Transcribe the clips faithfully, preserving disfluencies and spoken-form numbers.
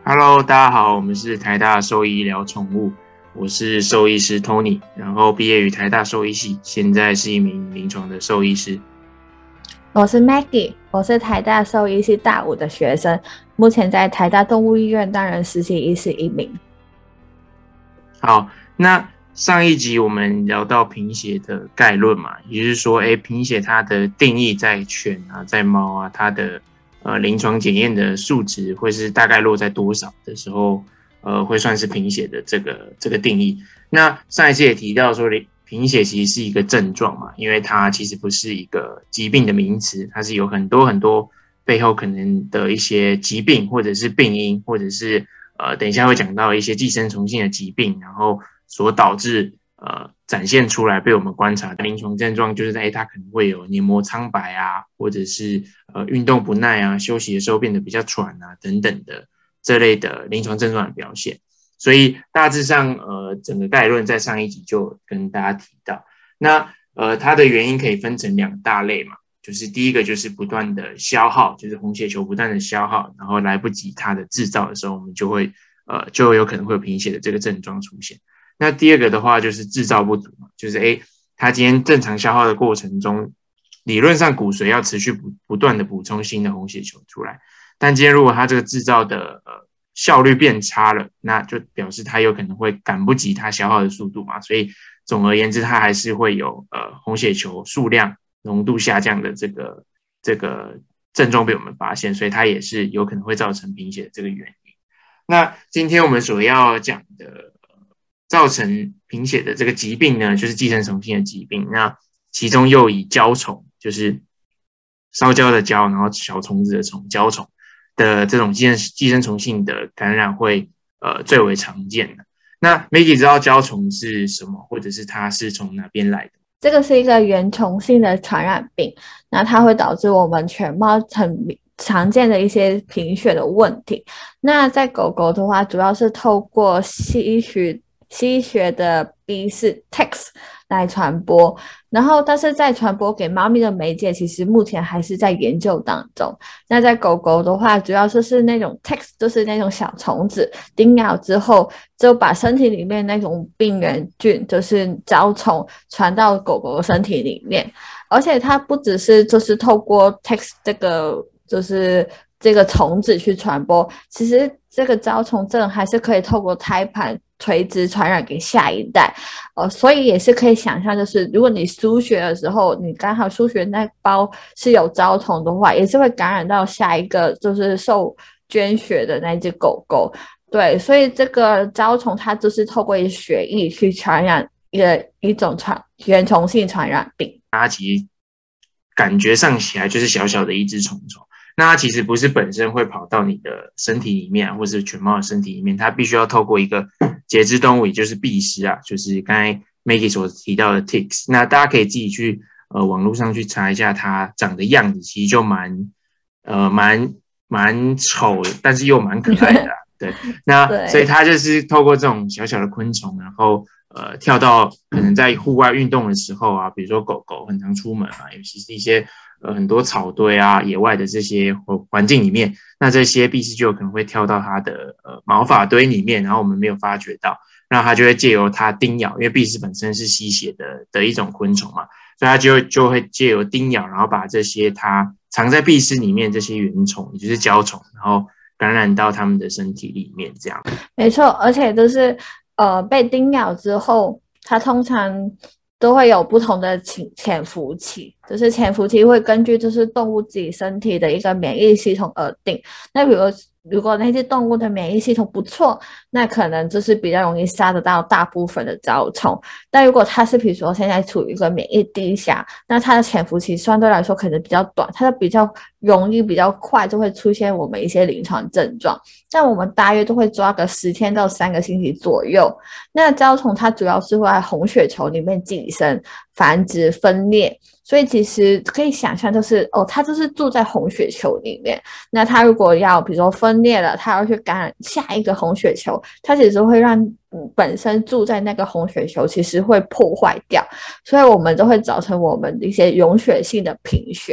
Hello，大家好，我们是台大兽医聊宠物，我是兽医师 Tony， 然后毕业于台大兽医系，现在是一名临床的兽医师。 我是 Maggie， 我是台大兽医系大五的学生，目前在台大动物医院担任实习医师一名。 好，那上一集我们聊到贫血的概论嘛，也就是说，哎，贫血它的定义在犬啊，在猫啊，它的呃临床检验的数值会是大概落在多少的时候，呃，会算是贫血的这个这个定义。那上一次也提到说，贫血其实是一个症状嘛，因为它其实不是一个疾病的名词，它是有很多很多背后可能的一些疾病或者是病因，或者是呃，等一下会讲到一些寄生虫性的疾病，然后所导致呃展现出来被我们观察的临床症状，就是在它可能会有黏膜苍白啊，或者是呃运动不耐啊，休息的时候变得比较喘啊等等的这类的临床症状的表现。所以大致上呃整个概论在上一集就跟大家提到，那呃它的原因可以分成两大类嘛。就是第一个就是不断的消耗，就是红血球不断的消耗，然后来不及它的制造的时候，我们就会呃就有可能会有贫血的这个症状出现。那第二个的话就是制造不足嘛，就是诶它今天正常消耗的过程中，理论上骨髓要持续不不断的补充新的红血球出来，但今天如果它这个制造的呃效率变差了，那就表示它有可能会赶不及它消耗的速度嘛，所以总而言之，它还是会有呃红血球数量浓度下降的这个这个症状被我们发现，所以它也是有可能会造成贫血的这个原因。那今天我们所要讲的造成贫血的这个疾病呢，就是寄生虫性的疾病。那其中又以焦虫，就是烧焦的焦，然后小虫子的虫，焦虫的这种寄生寄生虫性的感染会呃最为常见的。那 Maggie 知道焦虫是什么，或者是它是从哪边来的？ 这个是一个原虫性的传染病，那它会导致我们犬猫很常见的一些贫血的问题。那在狗狗的话，主要是透过吸血吸血的鼻屎 ticks 来传播，然后但是在传播给猫咪的媒介，其实目前还是在研究当中。那在狗狗的话，主要就是那种 ticks， 就是那种小虫子叮咬之后，就把身体里面那种病原菌，就是焦虫传到狗狗的身体里面，而且它不只是就是透过 ticks 这个就是这个虫子去传播，其实这个焦虫症还是可以透过胎盘垂直传染给下一代，呃，所以也是可以想象，就是如果你输血的时候，你刚好输血那包是有焦虫的话，也是会感染到下一个就是受捐血的那只狗狗。对，所以这个焦虫它就是透过血液去传染一个一种传原虫性传染病。 它其实感觉上起来就是小小的一只虫虫。那它其实不是本身会跑到你的身体里面，或是犬猫的身体里面，它必须要透过一个节肢动物，也就是壁虱啊，就是刚才 Maggie 所提到的 ticks。那大家可以自己去呃网络上去查一下它长的样子，其实就蛮呃蛮蛮丑的，但是又蛮可爱的、啊。对，那所以它就是透过这种小小的昆虫，然后呃跳到可能在户外运动的时候啊，比如说狗狗很常出门嘛，尤其是一些呃很多草堆啊、野外的这些环境里面，那这些壁虱就有可能会跳到它的呃毛发堆里面，然后我们没有发觉到，那它就会借由它叮咬，因为壁虱本身是吸血的的一种昆虫嘛，所以它就就会借由叮咬，然后把这些它藏在壁虱里面这些原虫，也就是焦虫，然后感染到他们的身体里面，这样。 没错，而且就是呃被叮咬之后，它通常都会有不同的潜伏期，就是潜伏期会根据就是动物自己身体的一个免疫系统而定。那比如如果那些动物的免疫系统不错，那可能就是比较容易杀得到大部分的焦虫。但如果它是比如说现在处于一个免疫低下，那它的潜伏期相对来说可能比较短，它就比较容易比较快就会出现我们一些临床症状。但我们大约都会抓个十天到三个星期左右。那焦虫它主要是会在红血球里面寄生、繁殖、分裂。所以其实可以想象，就是哦，它就是住在红血球里面。那它如果要比如说分裂了，它要去感染下一个红血球，它其实会让本身住在那个红血球其实会破坏掉，所以我们就会造成我们一些溶血性的贫血。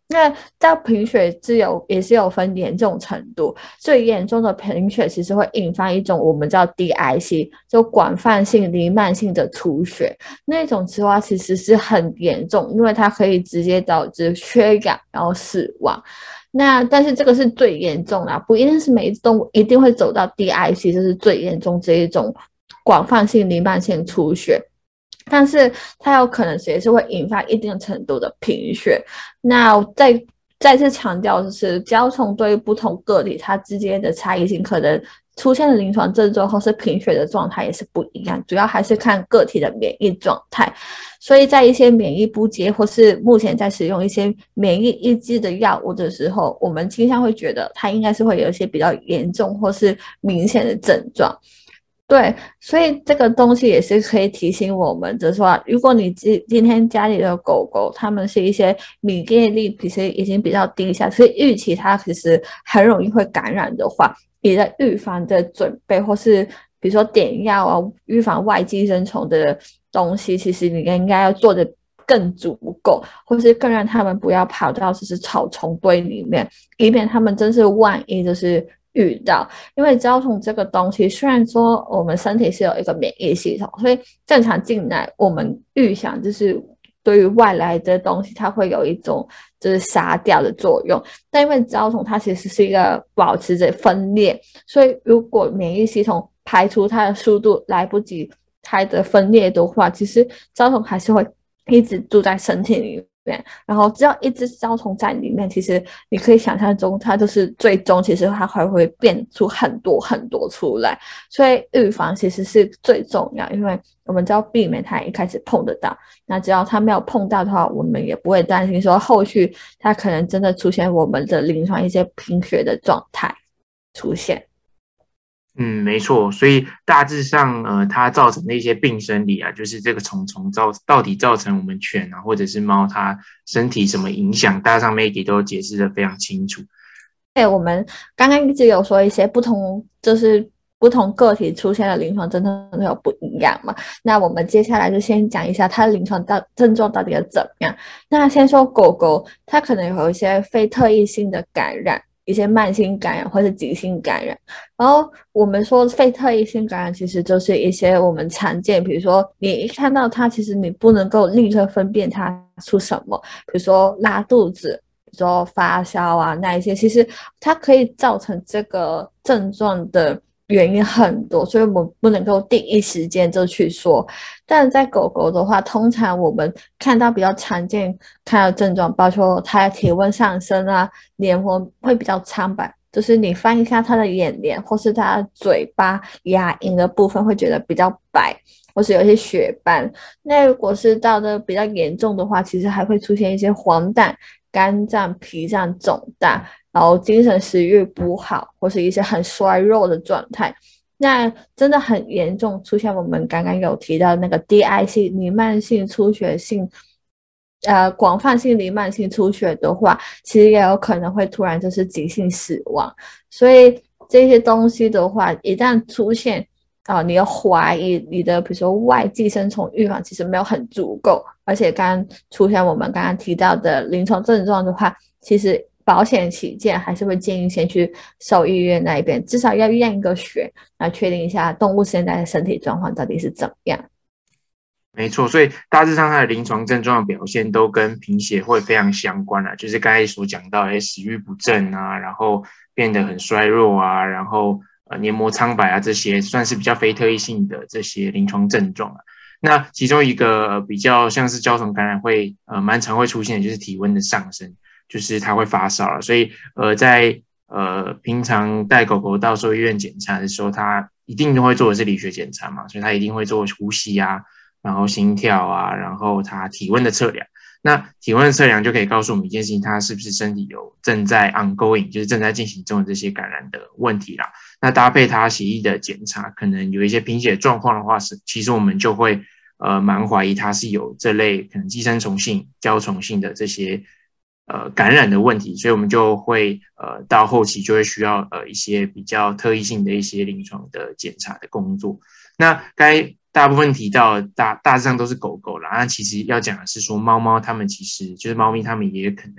那到贫血是有也是有分严重程度，最严重的贫血其实会引发一种我们叫 D I C， 就广泛性弥漫性的出血，那种的话其实是很严重，因为它可以直接导致缺氧然后死亡。那但是这个是最严重啦，不一定是每一次都一定会走到 D I C， 这是最严重这一种广泛性弥漫性出血。但是它有可能也是会引发一定程度的贫血。那再再次强调，就是焦虫对于不同个体它之间的差异性，可能出现的临床症状或是贫血的状态也是不一样，主要还是看个体的免疫状态。所以在一些免疫不接或是目前在使用一些免疫抑制的药物的时候，我们倾向会觉得它应该是会有一些比较严重或是明显的症状。对，所以这个东西也是可以提醒我们，就是说，如果你今今天家里的狗狗，它们是一些免疫力其实已经比较低下，所以预期它其实很容易会感染的话，你的预防的准备，或是比如说点药啊，预防外寄生虫的东西，其实你应该要做的更足够，或是更让他们不要跑到就是草丛堆里面，以免他们真是万一就是遇到。因为焦虫这个东西，虽然说我们身体是有一个免疫系统，所以正常进来我们预想就是对于外来的东西它会有一种就是杀掉的作用，但因为焦虫它其实是一个保持着分裂，所以如果免疫系统排除它的速度来不及它的分裂的话，其实焦虫还是会一直住在身体里面，然后只要一只焦虫在里面，其实你可以想象中它就是最终其实它还会变出很多很多出来，所以预防其实是最重要，因为我们只要避免它一开始碰得到，那只要它没有碰到的话，我们也不会担心说后续它可能真的出现我们的临床一些贫血的状态出现。 嗯，没错，所以大致上，呃，它造成的一些病生理啊，就是这个虫虫造到底造成我们犬啊，或者是猫它身体什么影响，大致上 Maggie 都解释得非常清楚。 对，我们刚刚一直有说一些不同，就是不同个体出现的临床症状都有不一样嘛。那我们接下来就先讲一下它的临床到症状到底是怎么样。那先说狗狗，它可能有一些非特异性的感染。一些慢性感染或是急性感染，然后我们说非特异性感染其实就是一些我们常见，比如说你一看到它，其实你不能够立刻分辨它出什么，比如说拉肚子，比如说发烧啊那一些，其实它可以造成这个症状的原因很多，所以我们不能够第一时间就去说。但在狗狗的话，通常我们看到比较常见看到症状，包括它的体温上升啊，脸红会比较苍白，就是你翻一下它的眼帘或是它的嘴巴、牙龈的部分会觉得比较白，或是有一些血斑。那如果是到的比较严重的话，其实还会出现一些黄疸、肝脏、脾脏肿大，然后精神食欲不好，或是一些很衰弱的状态。那真的很严重，出现我们刚刚有提到那个 D I C 弥漫性出血性，呃，广泛性弥漫性出血的话，其实也有可能会突然就是急性死亡。所以这些东西的话，一旦出现，啊、呃，你要怀疑你的比如说外寄生虫预防其实没有很足够，而且刚刚出现我们刚刚提到的临床症状的话，其实保险起见，还是会建议先去兽医院那一边，至少要验一个血，来确定一下动物现在的身体状况到底是怎么样。 没错，所以大致上它的临床症状的表现都跟贫血会非常相关啊，就是刚才所讲到，哎，食欲不振啊，然后变得很衰弱啊，然后呃黏膜苍白啊，这些算是比较非特异性的这些临床症状啊。那其中一个、呃、比较像是焦虫感染会呃蛮常会出现的就是体温的上升，就是它会发烧了，所以呃在呃平常带狗狗到兽医院检查的时候，它一定都会做的是理学检查嘛，所以它一定会做呼吸啊。然后心跳啊，然后它体温的测量，那体温的测量就可以告诉我们一件事情，它是不是身体有正在 ongoing， 就是正在进行中的这些感染的问题啦。那搭配它血液的检查，可能有一些贫血状况的话，是其实我们就会呃蛮怀疑它是有这类可能寄生虫性、胶虫性的这些呃感染的问题，所以我们就会呃到后期就会需要呃一些比较特异性的一些临床的检查的工作。那该大部分提到大大致上都是狗狗啦，那其实要讲的是说猫猫它们其实就是猫咪它们也可能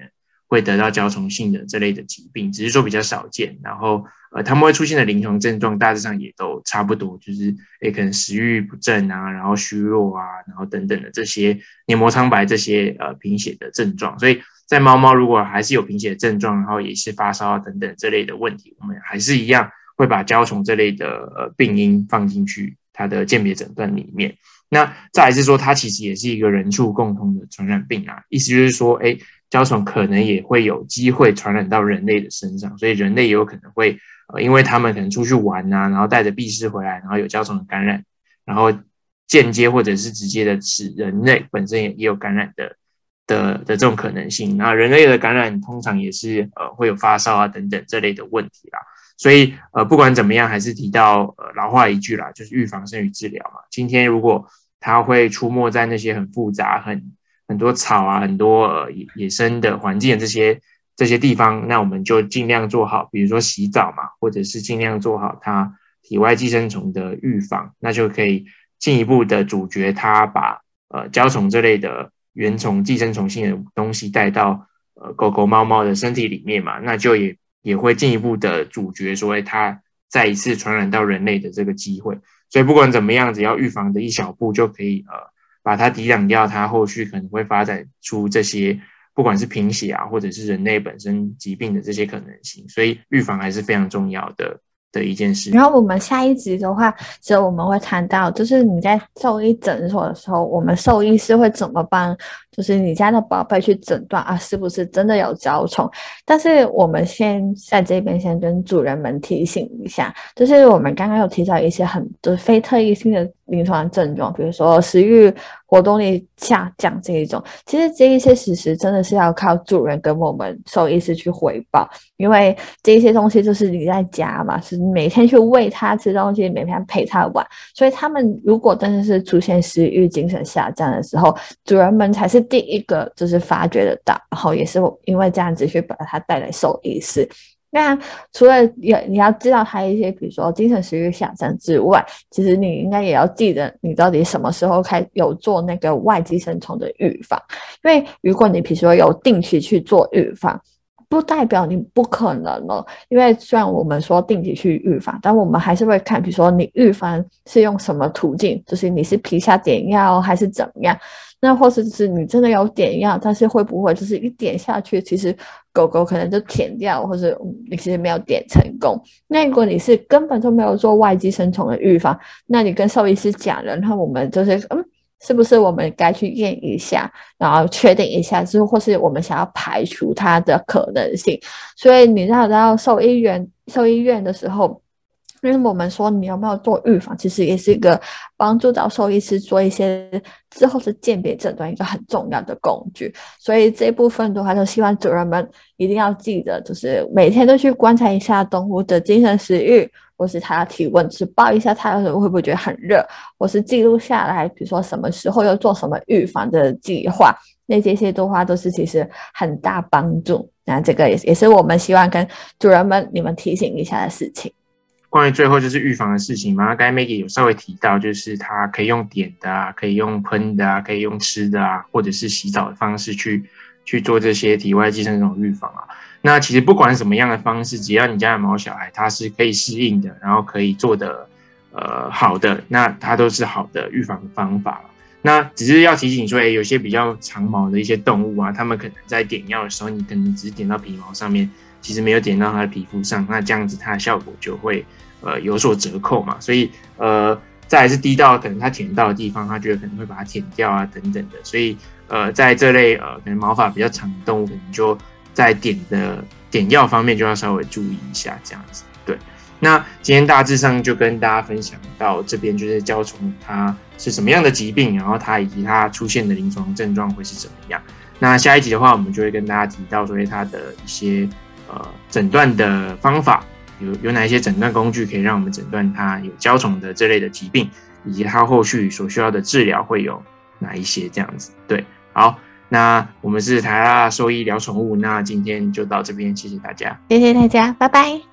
会得到焦虫性的这类的疾病，只是说比较少见。然后呃，他们会出现的临床症状大致上也都差不多，就是诶可能食欲不振啊，然后虚弱啊，然后等等的这些黏膜苍白这些呃贫血的症状。所以在猫猫如果还是有贫血的症状，然后也是发烧啊等等这类的问题，我们还是一样会把焦虫这类的呃病因放进去它的鉴别诊断里面。那再来是说，它其实也是一个人畜共通的传染病啊，意思就是说，哎，焦虫可能也会有机会传染到人类的身上，所以人类也有可能会，呃，因为他们可能出去玩啊，然后带着壁虱回来，然后有焦虫的感染，然后间接或者是直接的使人类本身也也有感染的的的这种可能性。那人类的感染通常也是呃会有发烧啊等等这类的问题啦。所以呃不管怎么样，还是提到呃老话一句啦，就是预防胜于治疗嘛。今天如果它会出没在那些很复杂、很很多草啊、很多呃野野生的环境的这些这些地方，那我们就尽量做好，比如说洗澡嘛，或者是尽量做好它体外寄生虫的预防，那就可以进一步的阻绝它把呃焦虫这类的原虫、寄生虫性的东西带到呃狗狗、猫猫的身体里面嘛，那就也也会进一步的阻绝所谓它再一次传染到人类的这个机会。所以不管怎么样，只要预防的一小步，就可以呃把它抵挡掉，它后续可能会发展出这些不管是贫血啊，或者是人类本身疾病的这些可能性。所以预防还是非常重要的的一件事。 然后我们下一集的话，其实我们会谈到，就是你在兽医诊所的时候，我们兽医师会怎么帮，就是你家的宝贝去诊断啊，是不是真的有焦虫？但是我们先在这边先跟主人们提醒一下，就是我们刚刚有提到一些很就是非特异性的临床症状，比如说食欲、活动力下降这一种，其实这一些事实真的是要靠主人跟我们兽医师去回报，因为这一些东西就是你在家嘛，是每天去喂它吃东西，每天陪它玩，所以他们如果真的是出现食欲、精神下降的时候，主人们才是第一个就是发觉得到，然后也是因为这样子去把它带来兽医师。那除了你要知道它一些比如说精神食欲下降之外，其实你应该也要记得你到底什么时候开有做那个外寄生虫的预防，因为如果你比如说有定期去做预防，不代表你不可能了，因为虽然我们说定期去预防，但我们还是会看，比如说你预防是用什么途径，就是你是皮下点药还是怎么样，那或者是你真的有点药，但是会不会就是一点下去，其实狗狗可能就舔掉，或者你其实没有点成功。那如果你是根本就没有做外寄生虫的预防，那你跟兽医师讲了，然后我们就是嗯。是不是我们该去验一下，然后确定一下，是或是我们想要排除它的可能性？所以你要到兽医院、兽医院的时候，因为我们说你有没有做预防，其实也是一个帮助到兽医师做一些之后的鉴别诊断一个很重要的工具。所以这部分的话，就希望主人们一定要记得，就是每天都去观察一下动物的精神食欲，或是它的体温，就是抱一下它的时候会不会觉得很热，或是记录下来，比如说什么时候要做什么预防的计划，那这些的话都是其实很大帮助。那这个也也是我们希望跟主人们你们提醒一下的事情。 关于最后就是预防的事情嘛，刚才 Maggie 有稍微提到，就是它可以用点的啊，可以用喷的啊，可以用吃的啊，或者是洗澡的方式去去做这些体外寄生虫预防啊。那其实不管什么样的方式，只要你家的毛小孩它是可以适应的，然后可以做的呃好的，那它都是好的预防的方法了。那只是要提醒说，哎，有些比较长毛的一些动物啊，它们可能在点药的时候，你可能只是点到皮毛上面，其实没有点到它的皮肤上，那这样子它的效果就会呃有所折扣嘛。所以呃再来是滴到可能它舔到的地方，它觉得可能会把它舔掉啊等等的。所以呃在这类呃可能毛发比较长的动物，可能就在点的点药方面就要稍微注意一下这样子。对，那今天大致上就跟大家分享到这边，就是焦虫它是什么样的疾病，然后它以及它出现的临床症状会是怎么样。那下一集的话，我们就会跟大家提到说它的一些呃诊断的方法，有有哪一些诊断工具可以让我们诊断它有焦虫的这类的疾病，以及它后续所需要的治疗会有哪一些这样子。对，好，那我们是台大兽医聊宠物，那今天就到这边，谢谢大家， 谢谢大家，拜拜。